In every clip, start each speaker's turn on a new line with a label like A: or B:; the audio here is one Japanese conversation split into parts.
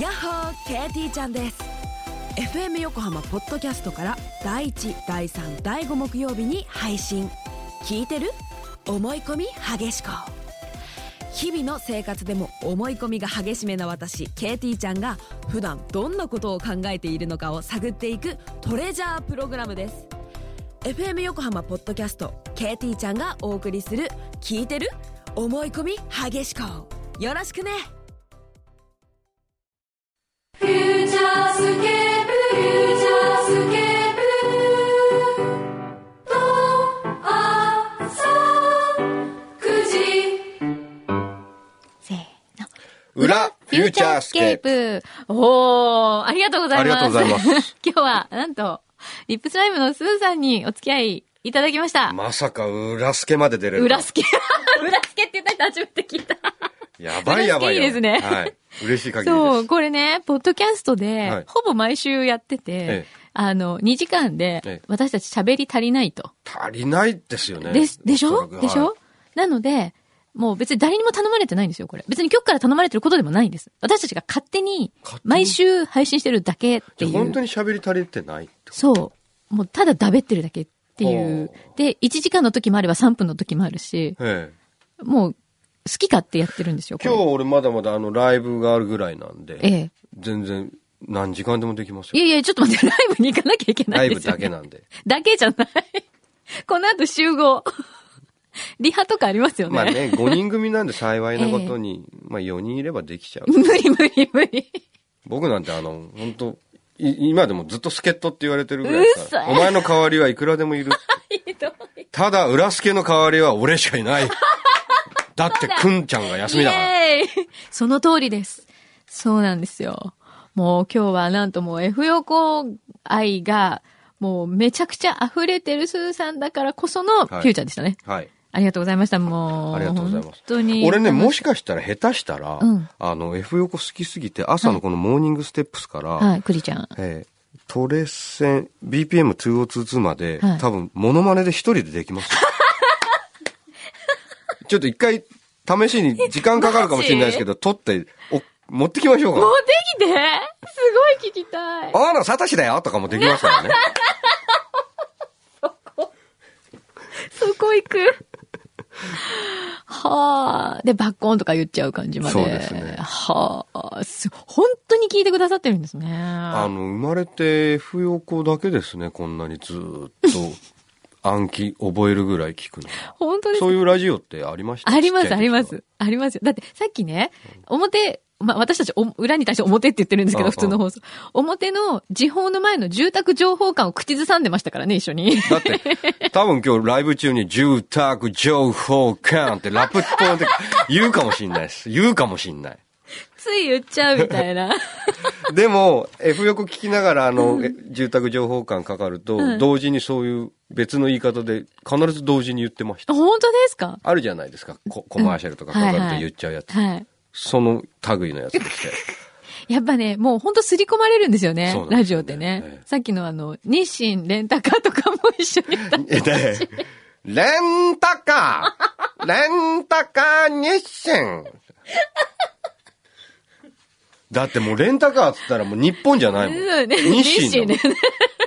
A: やっほー、KT ちゃんです。 FM 横浜ポッドキャストから第1、第3、第5木曜日に配信。聞いてる？思い込み激しこ。日々の生活でも思い込みが激しめな私 KT ちゃんが普段どんなことを考えているのかを探っていくトレジャープログラムです。 FM 横浜ポッドキャスト KT ちゃんがお送りする聞いてる？思い込み激しこ。よろしくね。
B: フューチャースケープ、フューチャースケープと朝9時
C: せーの。
D: 裏フューチャースケープ。
C: おー、ありがとうございます。
D: ありがとうございます。
C: 今日は、なんと、リップスライムのスーさんにお付き合いいただきました。
D: まさか裏スケまで出れる。
C: 裏スケ裏スケって言った人初めて聞いた。
D: やばいやばい。
C: いいですね。
D: はい。嬉しい限りです。
C: そう、これね、ポッドキャストで、
D: はい
C: ほぼ毎週やってて、2時間で、私たち喋り足りないと。
D: 足りないですよね。
C: でしょ、
D: はい、
C: でしょなので、もう別に誰にも頼まれてないんですよ、これ。別に局から頼まれてることでもないんです。私たちが勝手に、毎週配信してるだけっていう。
D: じゃ本当に喋り足りてないってこと？
C: そう。もうただだべってるだけっていう。で、1時間の時もあれば3分の時もあるし、もう、好き勝手やってるんですよ。
D: 今日俺まだまだライブがあるぐらいなんで、全然何時間でもできますよ。
C: いやいや、ちょっと待って、ライブに行かなきゃいけないですよ、ね。
D: ライブだけなんで。
C: だけじゃない。この後集合。リハとかありますよね。
D: まあね、5人組なんで幸いなことに、まあ4人いればできちゃう。
C: 無理。
D: 僕なんて本当今でもずっと助っ人って言われてるぐらいですから。お前の代わりはいくらでもいる。ただ、裏助の代わりは俺しかいない。だって、くんちゃんが休みだから。
C: その通りです。そうなんですよ。もう今日はなんともう F 横愛がもうめちゃくちゃ溢れてるスーさんだからこそのフューチャーでしたね。
D: はい。
C: ありがとうございました。もう。
D: ありがとうございます。
C: 本当に。
D: 俺ね、もしかしたら下手したら、F 横好きすぎて、朝のこのモーニングステップスから、
C: はい、クリちゃん。
D: トレセン、BPM2022 まで、多分、モノマネで一人でできますよ。ちょっと一回、試しに時間かかるかもしれないですけど、撮って、持ってきましょうか。
C: 持ってきてすごい聞きたい。
D: サトシだよとかもできますからね。
C: そこ行く。はあ。で、バッコーンとか言っちゃう感じまで。
D: そうですね。
C: はあ。本当に聞いてくださってるんですね。
D: 生まれて F 横だけですね、こんなにずーっと。暗記覚えるぐらい聞くの。
C: 本当ですか？
D: そういうラジオってありました？
C: あります。ありますよ。だってさっきね、私たち裏に対して表って言ってるんですけど、普通の放送。表の時報の前の住宅情報館を口ずさんでましたからね、一緒に。
D: だって、多分今日ライブ中に住宅情報館ってラップっぽいで言うかもしんないです。
C: つい言っちゃうみたいな。
D: でも、F 横聞きながら住宅情報館かかると、同時にそういう別の言い方で必ず同時に言ってました。
C: 本当ですか？
D: あるじゃないですか。コマーシャルとかかかると言っちゃうやつ。はい。その類のやつでして。
C: やっぱね、もうほんと刷り込まれるんですよね。ラジオってね。さっきの日清レンタカーとかも一緒にやった。
D: レンタカー日清。だってもうレンタカーっつったらもう日本じゃないもん。日清だもん。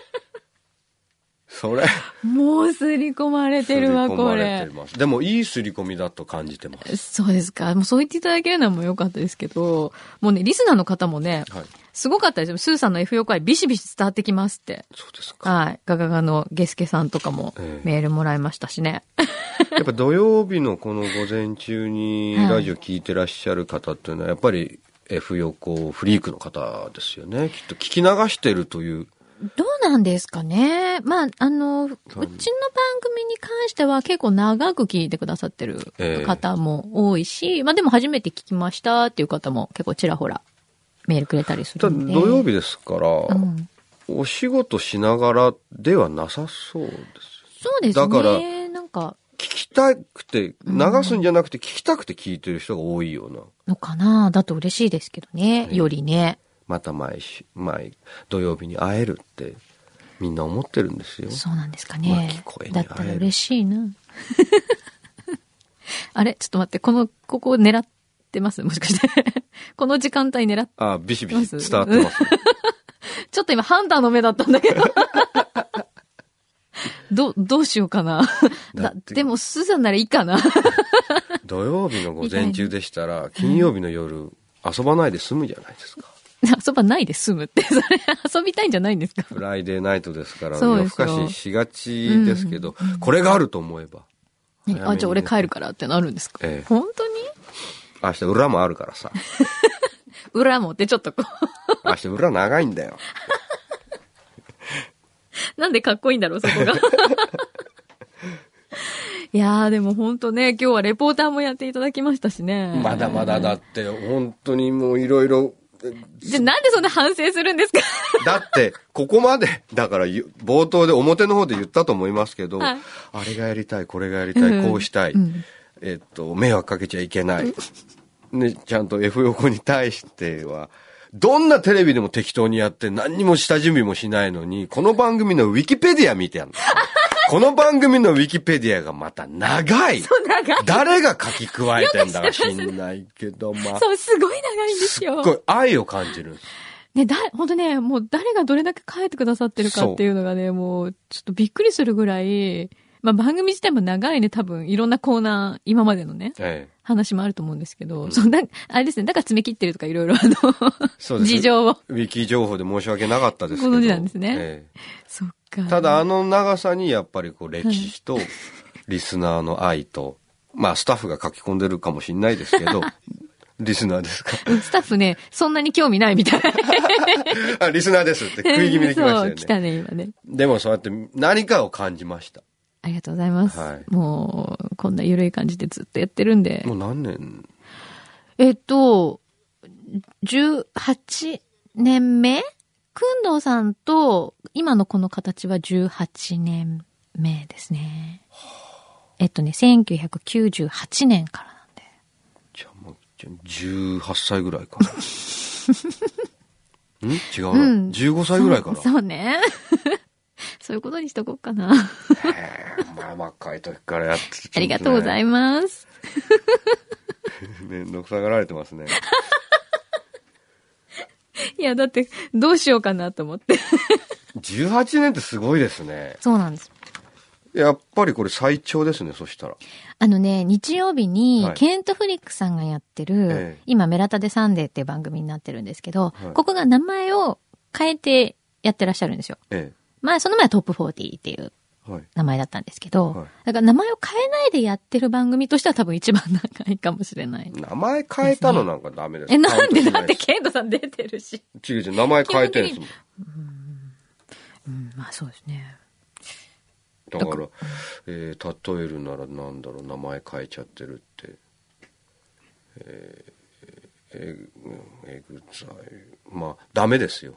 D: それ。
C: もう刷り込まれてるわ、これ。
D: でもいい刷り込みだと感じてます。
C: そうですか。もうそう言っていただけるのも良かったですけど、もうね、リスナーの方もね、すごかったですよ。スーさんの F 横愛ビシビシ伝わってきますって。
D: そうですか。
C: はい。ガガガのゲスケさんとかもメールもらいましたしね。
D: やっぱ土曜日のこの午前中にラジオ聞いてらっしゃる方っていうのはやっぱり F 横フリークの方ですよね。きっと聞き流してるという。
C: どうなんですかね。まあ、うちの番組に関しては結構長く聞いてくださってる方も多いし、まあでも初めて聞きましたっていう方も結構ちらほらメールくれたりするんで。
D: 土曜日ですから、お仕事しながらではなさそうです。
C: そうですね。
D: だから、聞きたくて、流すんじゃなくて聞きたくて聞いてる人が多いような。
C: のかな。だと嬉しいですけどね。よりね。
D: また毎土曜日に会えるってみんな思ってるんですよ。
C: そうなんですかね。だったら嬉しいな。あれちょっと待って、ここを狙ってますもしかして。 この時間帯狙って。
D: あ、ビシビシ伝わってます。
C: ちょっと今ハンターの目だったんだけど。どうしようかな。でも、スーザンならいいかな。
D: 土曜日の午前中でしたら、金曜日の夜、遊ばないで済むじゃないですか。
C: 遊ばないで済むって、それ遊びたいんじゃないんですか。
D: フライデーナイトですから、
C: 夜
D: 更かししがちですけど、これがあると思えば。
C: あ、じゃあ俺帰るからってなるんですか。本当に？
D: 明日裏もあるからさ。
C: 裏もってちょっとこう。
D: 明日裏長いんだよ。
C: なんでかっこいいんだろう、そこが。いやー、でも本当ね、今日はレポーターもやっていただきましたしね。
D: まだまだだって、本当にもういろいろ。
C: じゃあなんでそんな反省するんですか？だ
D: って、ここまで、だから冒頭で表の方で言ったと思いますけど、はい、あれがやりたい、これがやりたい、こうしたい、迷惑かけちゃいけない。ね、ちゃんと F 横に対しては、どんなテレビでも適当にやって何にも下準備もしないのに、この番組のウィキペディア見てやんの。この番組のウィキペディアがまた長い。
C: そう長い。
D: 誰が書き加えてんだか知んないけど、まあ。
C: そう、すごい長いんですよ。
D: すっごい愛を感じるんです。
C: ね、ほんとね、もう誰がどれだけ書いてくださってるかっていうのがね、もうちょっとびっくりするぐらい、まあ番組自体も長いね、多分いろんなコーナー、今までのね、話もあると思うんですけど、あれですね、だから詰め切ってるとかいろいろ
D: そうです、
C: 事情を。
D: ウィキ情報で申し訳なかったですけど。
C: ご存知なんですね。そっか。
D: ただ長さにやっぱりこう歴史とリスナーの愛と、まあスタッフが書き込んでるかもしれないですけど、リスナーですか？
C: スタッフね、そんなに興味ないみたい。
D: あ、リスナーですって食い気味できましたよね。
C: そう、来たね、今ね。
D: でもそうやって何かを感じました。
C: ありがとうございます。はい、もう、こんな緩い感じでずっとやってるんで。
D: もう何年
C: 18年目？くんどうさんと、今のこの形は18年目ですね。1998年からなんで。
D: じゃあもう、18歳ぐらいかな。違うな。15歳ぐらいから。
C: そうね。そういうことにしとこうかな。
D: まあ若い時からやって
C: ありがとうございます。
D: めんどくさがられてますね。
C: いや、だって、どうしようかなと思って。
D: 18年ってすごいですね。
C: そうなんです。
D: やっぱりこれ最長ですね、そしたら。
C: 日曜日に、ケントフリックさんがやってる、今、メラタデサンデーっていう番組になってるんですけど、ここが名前を変えてやってらっしゃるんですよ。その前はトップ40っていう名前だったんですけど、だから名前を変えないでやってる番組としては多分一番長いかもしれない。
D: 名前変えたのなんかダメです。
C: なんでだってケントさん出てるし。
D: 違う、名前変えてるんですも
C: ん。まあそうですね。
D: だから、例えるならなんだろう、名前変えちゃってるって。エグザイル。まあ、ダメですよ。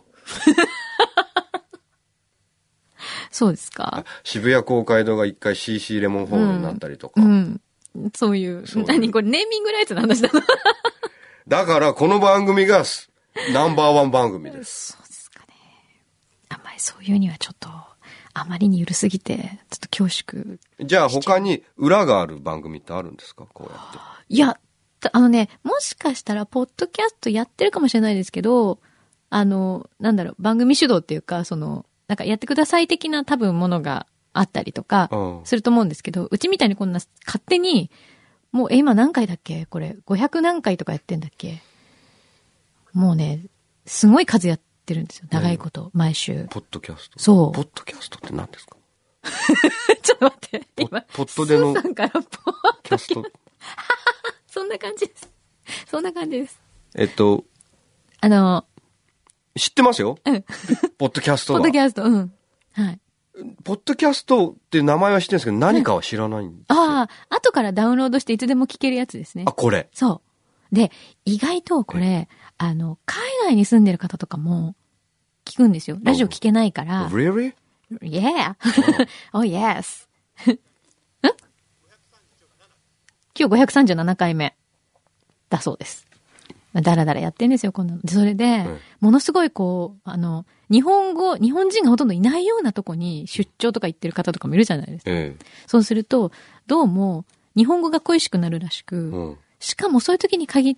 C: そうですか。
D: 渋谷公会堂が一回 CC レモンホールになったりとか。
C: そういう。何これネーミングライツの話だな。
D: だからこの番組がナンバーワン番組です。
C: そうですかね。あんまりそういうにはちょっと、あまりに緩すぎて、ちょっと恐縮。
D: じゃあ他に裏がある番組ってあるんですか？こうやって。
C: いや、もしかしたら、ポッドキャストやってるかもしれないですけど、なんだろう、番組主導っていうか、なんかやってください的な多分ものがあったりとか、すると思うんですけど、うちみたいにこんな勝手に、もう今何回だっけこれ、500何回とかやってんだっけもうね、すごい数やってるんですよ。長いこと、毎週。
D: ポッドキャスト。
C: そう。
D: ポッドキャストって何ですか？
C: ちょっと待って、今。
D: ポッドでの。
C: スーさんからポッド
D: キャスト。
C: そんな感じです。そんな感じです。
D: 知ってますよ。ポッドキャストは。
C: ポッドキャスト、はい。
D: ポッドキャストって名前は知ってるんですけど、何かは知らないんですよ。
C: ああ、後からダウンロードしていつでも聞けるやつですね。
D: あ、これ。
C: そう。で、意外とこれ、海外に住んでる方とかも聞くんですよ。ラジオ聞けないから。
D: Really?
C: Yeah. Oh, yes. 今日537回目だそうです。だらだらやってんですよ、こんなの。それで、ものすごいこう、日本人がほとんどいないようなとこに出張とか行ってる方とかもいるじゃないですか。そうすると、どうも、日本語が恋しくなるらしく、 しかもそういう時に限って、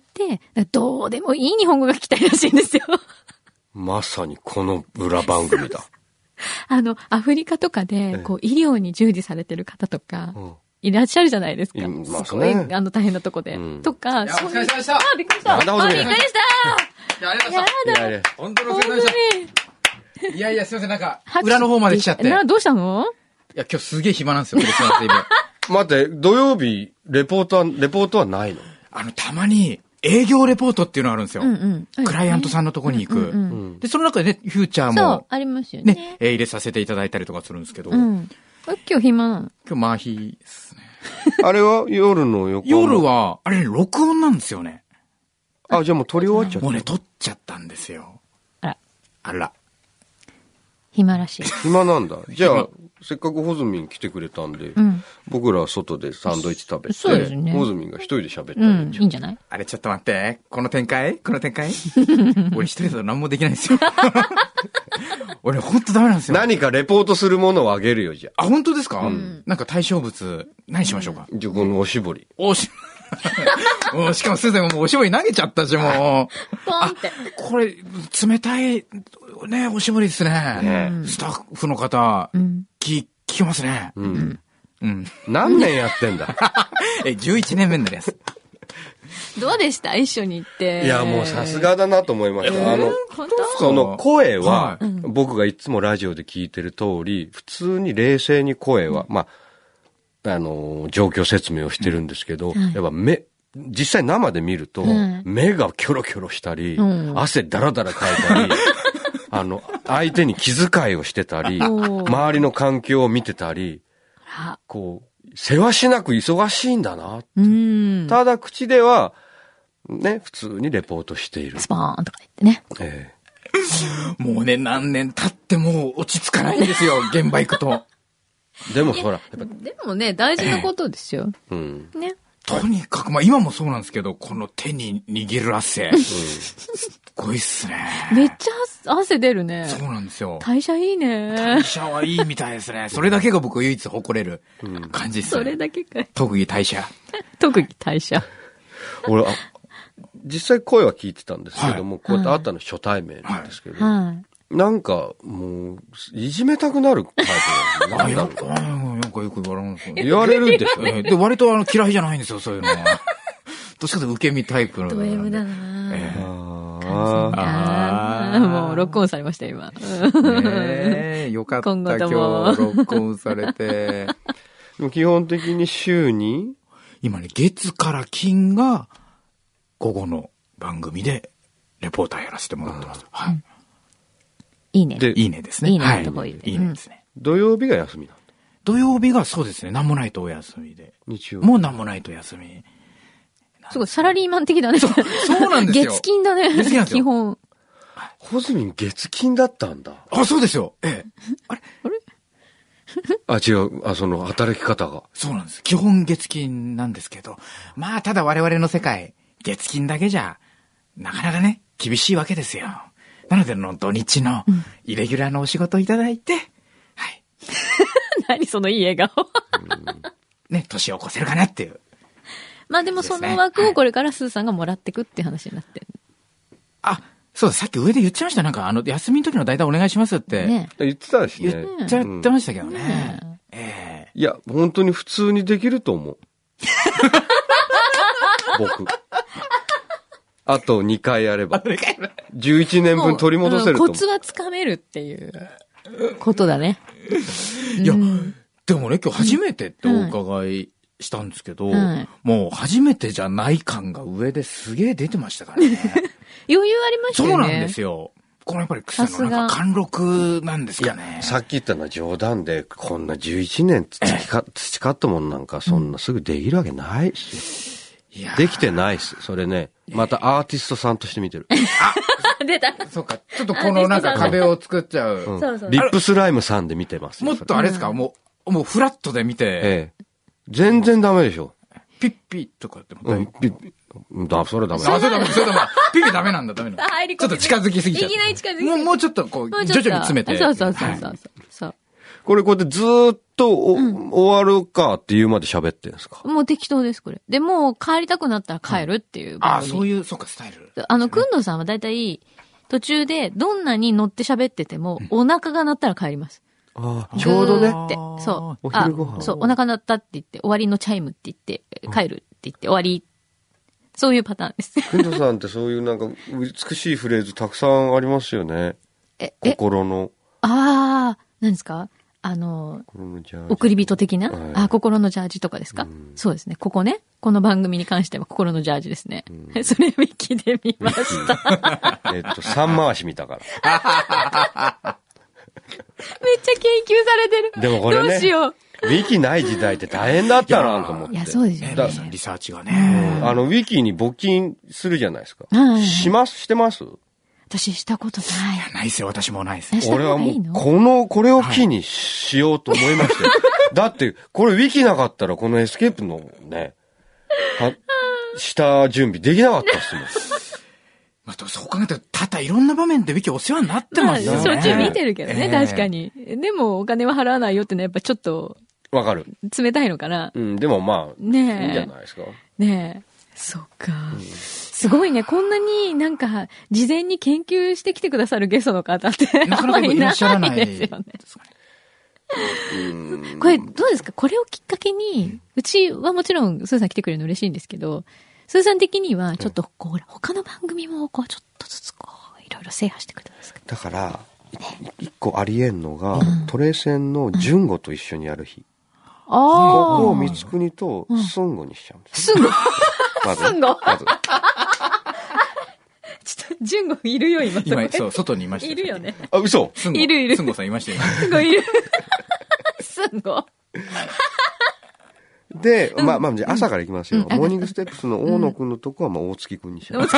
C: どうでもいい日本語が聞きたいらしいんですよ。
D: まさにこの裏番組だ。
C: アフリカとかで、こう、医療に従事されてる方とか、いらっしゃるじゃないですか。すごい、大変なとこで。とか、
E: お疲れ様でした。
C: びっくりした。びっくりした。
E: ありがとうございました。本当にお疲れ様でした。いやいや、すいません、なんか、裏の方まで来ちゃって。
C: どうしたの？
E: いや、今日すげえ暇なんですよ、クリスマスイブ。
D: 待って、土曜日、レポートはないの？
E: たまに、営業レポートっていうのがあるんですよ。クライアントさんのとこに行く。で、その中でね、フューチャーも。
C: そう、ありますよね。
E: ね、入れさせていただいたりとかするんですけど。
C: 今日暇なの？
E: 今日マーヒーですね。
D: あれは夜の
E: 夜は、あれね、録音なんですよね。
D: あ、じゃあもう撮り終わっちゃった。
E: もうね、撮っちゃったんですよ。あら。
C: 暇らしい。
D: 暇なんだ。じゃあ、せっかくホズミン来てくれたんで、僕らは外でサンドイッチ食べて、ホズミンが一人で喋ったらい
C: いんじゃない？
E: あれ、ちょっと待って。この展開俺一人だと何もできないんですよ。俺、ほんとダメなんですよ。
D: 何かレポートするものをあげるよ、じゃあ。
E: あ、本当ですか？なんか対象物、何しましょうか？
D: じゃあ、このおしぼり。
E: もうしかもすいません、もうおしぼり投げちゃったし、もう。
C: ポンって。
E: これ、冷たい、ね、おしぼりですね。スタッフの方、聞きますね。
D: 何年やってんだ
E: 11年目になります。
C: どうでした？一緒に行って。
D: いや、もうさすがだなと思いました。その声は、僕がいつもラジオで聞いてる通り、普通に冷静に声は、まあ、状況説明をしてるんですけど、やっぱ実際生で見ると、目がキョロキョロしたり、汗ダラダラかいたり、相手に気遣いをしてたり、周りの環境を見てたり、こう、せわしなく忙しいんだな。ただ口では、ね、普通にレポートしている。
C: スパーンとか言って
D: ね。
E: もうね、何年経っても落ち着かないんですよ、現場行くと。
D: でもほら。
C: でもね、大事なことですよ。ね。
E: とにかく、まあ今もそうなんですけど、この手に握る汗。すっごいっすね。
C: めっちゃ汗出るね。
E: そうなんですよ。
C: 代謝いいね。
E: 代謝はいいみたいですね。それだけが僕唯一誇れる感じですね。
C: それだけか。
E: 特技代謝。
C: 特技代謝。
D: 俺、実際声は聞いてたんですけども、こうやって会ったの初対面なんですけど、なんか、もう、いじめたくなるタイプなんだ。
E: なんかよく言われますよ。
D: 言われるんでしょ。
E: で、割と嫌いじゃないんですよ、そういうのは。どっちかというと受け身タイプの。
C: ド M だなもう、ロックオンされました、今。
E: よかった、今日、ロックオンされて。
D: でも基本的に週に
E: 今ね、月から金が、午後の番組で、レポーターやらせてもらってます。はい。
C: いいね。
E: いいねですね。
C: いいねとこ言う。
E: いいねですね。
D: 土曜日が休みなんだ。
E: 土曜日がそうですね。なんもないとお休みで。
D: 日曜
E: もうなんもないと休み。
C: すごい、サラリーマン的だね。
E: そうなんですよ。
C: 月金だね。基本。
D: ホズミン月金だったんだ。
E: あ、そうですよ。あれ
D: 違う。働き方が。
E: そうなんです。基本月金なんですけど。まあ、ただ我々の世界、月金だけじゃ、なかなかね、厳しいわけですよ。なので、土日のイレギュラーのお仕事をいただいて、はい。
C: 何そのいい笑顔。
E: ね、年を越せるかなっていう。
C: まあでもその枠をこれからスーさんがもらってくって話になってる。
E: あ、そうだ、さっき上で言っちゃいました。なんか休みの時の代打お願いしますって。
D: ね。言ってたしね。
E: 言っちゃってましたけどね。
D: いや、本当に普通にできると思う。僕。あと2回やれば。11年分取り戻せると思う。
C: コツはつかめるっていうことだね。
E: いや、でもね、今日初めてってお伺いしたんですけど、もう初めてじゃない感が上ですげえ出てましたからね。
C: 余裕ありましたよね。
E: そうなんですよ。このやっぱり草のなんか貫禄なんですかね。
D: さっき言ったのは冗談で、こんな11年培ったもんなんかそんなすぐできるわけないし。できてないっす。それね、またアーティストさんとして見てる。
C: 出た。
E: そうか。ちょっとこのなんか壁を作っちゃう。
C: そう
D: リップスライムさんで見てます。
E: もっとあれですか、もうフラットで見て。
D: 全然ダメでしょ。
E: ピッピッとかっても。
D: それダメ。
E: それダメ。ピッピダメなんだ、ダメなんだ。ちょっと近づきすぎちゃう。
C: いきなり近づきすぎ。
E: もうちょっとこう、徐々に詰めて。
C: そう。
D: これこうやってずーっと終わるかっていうまで喋ってんですか？
C: もう適当です、これ。で、もう帰りたくなったら帰るっていう。
E: そういう、そうか、スタイル。
C: くんどうさんはだいたい途中でどんなに乗って喋ってても、お腹が鳴ったら帰ります。
D: ちょうどね。
C: って。そう。
D: お昼ご飯。
C: そう、お腹鳴ったって言って、終わりのチャイムって言って、帰るって言って終わり。そういうパターンです。
D: くんどうさんってそういうなんか美しいフレーズたくさんありますよね。心の。
C: 何ですか？送り人的な、
D: はい、
C: 心のジャージとかですか？そうですね。ここね。この番組に関しては心のジャージですね。それウィキで見ました。
D: 3回し見たから。
C: めっちゃ研究されてる。
D: でもこれね。
C: どうしよう。
D: ウィキない時代って大変だったなと思って。
C: いや、そうですよね。
E: リサーチがね。
D: ウィキに募金するじゃないですか。してます
C: 私したことない。
E: いや、ないですよ。私もないです。
D: 俺はもう、これを機にしようと思いましたよ。だって、これウィキなかったらこのエスケープのね、した準備できなかったっすもん。
E: そう考えたら、多々いろんな場面でウィキお世話になってますよね。
C: しょっちゅう見てるけどね、確かに。でもお金は払わないよってのはやっぱちょっと。
D: わかる。
C: 冷たいのかな。
D: でもまあ、ねえ。いいんじゃないですか。
C: ねえ。そっか。すごいね。こんなになんか、事前に研究してきてくださるゲストの方って。
E: なかなかいらっしゃらない
C: ですよね。これ、どうですか？これをきっかけに、うちはもちろん、スーさん来てくれるの嬉しいんですけど、スーさん的には、ちょっと、他の番組も、ちょっとずつ、いろいろ制覇してくれたんですか？
D: だから、一個ありえんのが、トレセンの純子と一緒にやる日。ここを光国と寸子にしちゃうんです。
C: 寸子
D: まず。
C: 寸子ちょっと、純子いるよ、今。
E: 今、そう、外にいました。
C: いるよね。
D: 嘘？
C: いる。
E: 寸子さんいましたよ。
C: 寸子いる。寸子。
D: で、まあ、朝から行きますよ。モーニングステップスの大野くんのとこは、大月くんにしちゃう。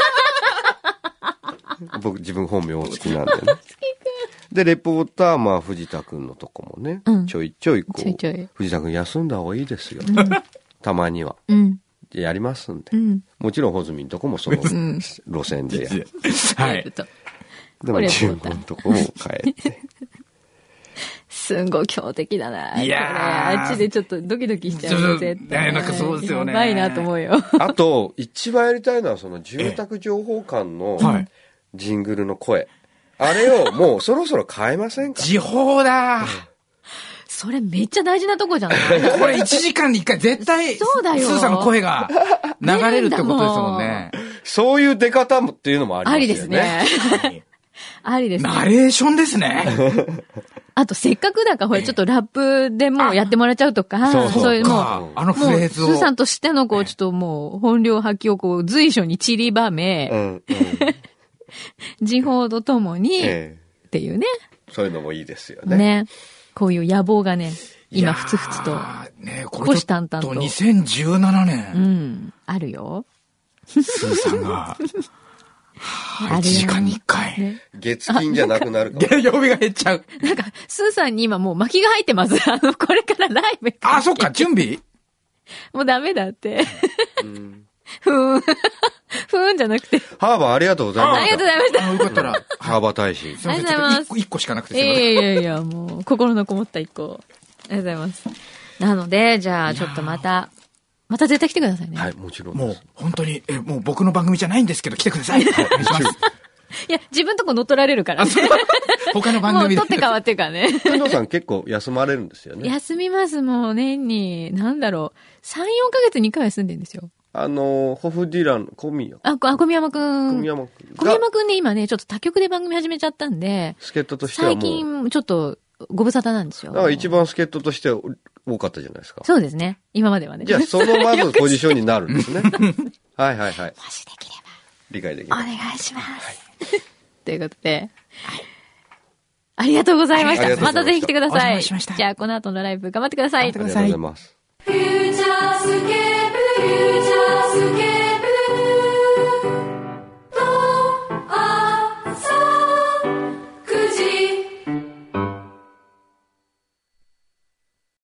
D: 僕、自分本名大月なんでね。で、レポーター、藤田くんのとこもね、ちょいちょい藤田くん休んだ方がいいですよ。たまには。やりますんで。もちろん、ホズミのとこもその路線でやる。
E: はい。
D: でも、中古のとこも変えて。
C: すんごい強敵だな。
E: いや
C: あっちでちょっとドキドキしちゃうよ、絶対。
E: なんかそうですよね。
C: やばいなと思うよ。
D: あと、一番やりたいのは、その住宅情報館のジングルの声。あれをもうそろそろ変えませんか？
E: 時報だ。
C: それめっちゃ大事なとこじゃない？
E: これ1時間に1回絶対、
C: そうだよ。
E: スーさんの声が流れるってことですもんね。
D: そういう出方っていうのもありますよね。
C: ありですね。ありですね。
E: ナレーションですね。
C: あと、せっかくだから、ほら、ちょっとラップでもうやってもらっちゃうとか、
D: そう
C: いうもう、
E: あのフレーズを。
C: スーさんとしての、ちょっともう、本領発揮を随所に散りばめ、時報とともに、っていうね。
D: そういうのもいいですよね。
C: ね。こういう野望がね、今、ふつふつと、虎視眈々と。
E: 2017年。
C: あるよ。
E: スーさんが、1時間に1回。
D: 月金じゃなくなるかも。
E: 曜日が減っちゃう。
C: なんか、スーさんに今もう巻きが入ってます。これからライブ。
E: そっか、準備
C: もうダメだって。ふーんじゃなくて。
D: ハーバーありがとうございました。
C: ありがとうございました。
E: よかったら。
D: ハーバー大使。
C: ありがとうございます。
E: 1個しかなくてすいません。
C: いや、もう、心のこもった1個。ありがとうございます。なので、じゃあ、ちょっとまた絶対来てくださいね。
D: はい、もちろん。
E: もう、本当に、もう僕の番組じゃないんですけど、来てください。お願いします。
C: いや、自分とこ乗っ取られるからね。
E: 他の番組で。
C: もう取って変わってるからね。
D: くんどうさん結構休まれるんですよね。
C: 休みます、もう年に、3、4ヶ月に1回休んでるんですよ。
D: ホフディラン、小宮
C: 山くん。小宮くんね、今ね、ちょっと他局で番組始めちゃったんで。
D: 助っ人としてはもう。最近、
C: ちょっと、ご無沙汰なんですよ。
D: だから一番助っ人として多かったじゃないですか。
C: そうですね。今まではね。
D: じゃあ、そのまずポジションになるんですね。はい。
C: もしできれば。
D: 理解できる。お
C: 願いします。ということで。ありがとうございました。またぜひ来てください。じゃあ、この後のライブ頑張ってください。
D: ありがとうございます。
B: フューチャースケ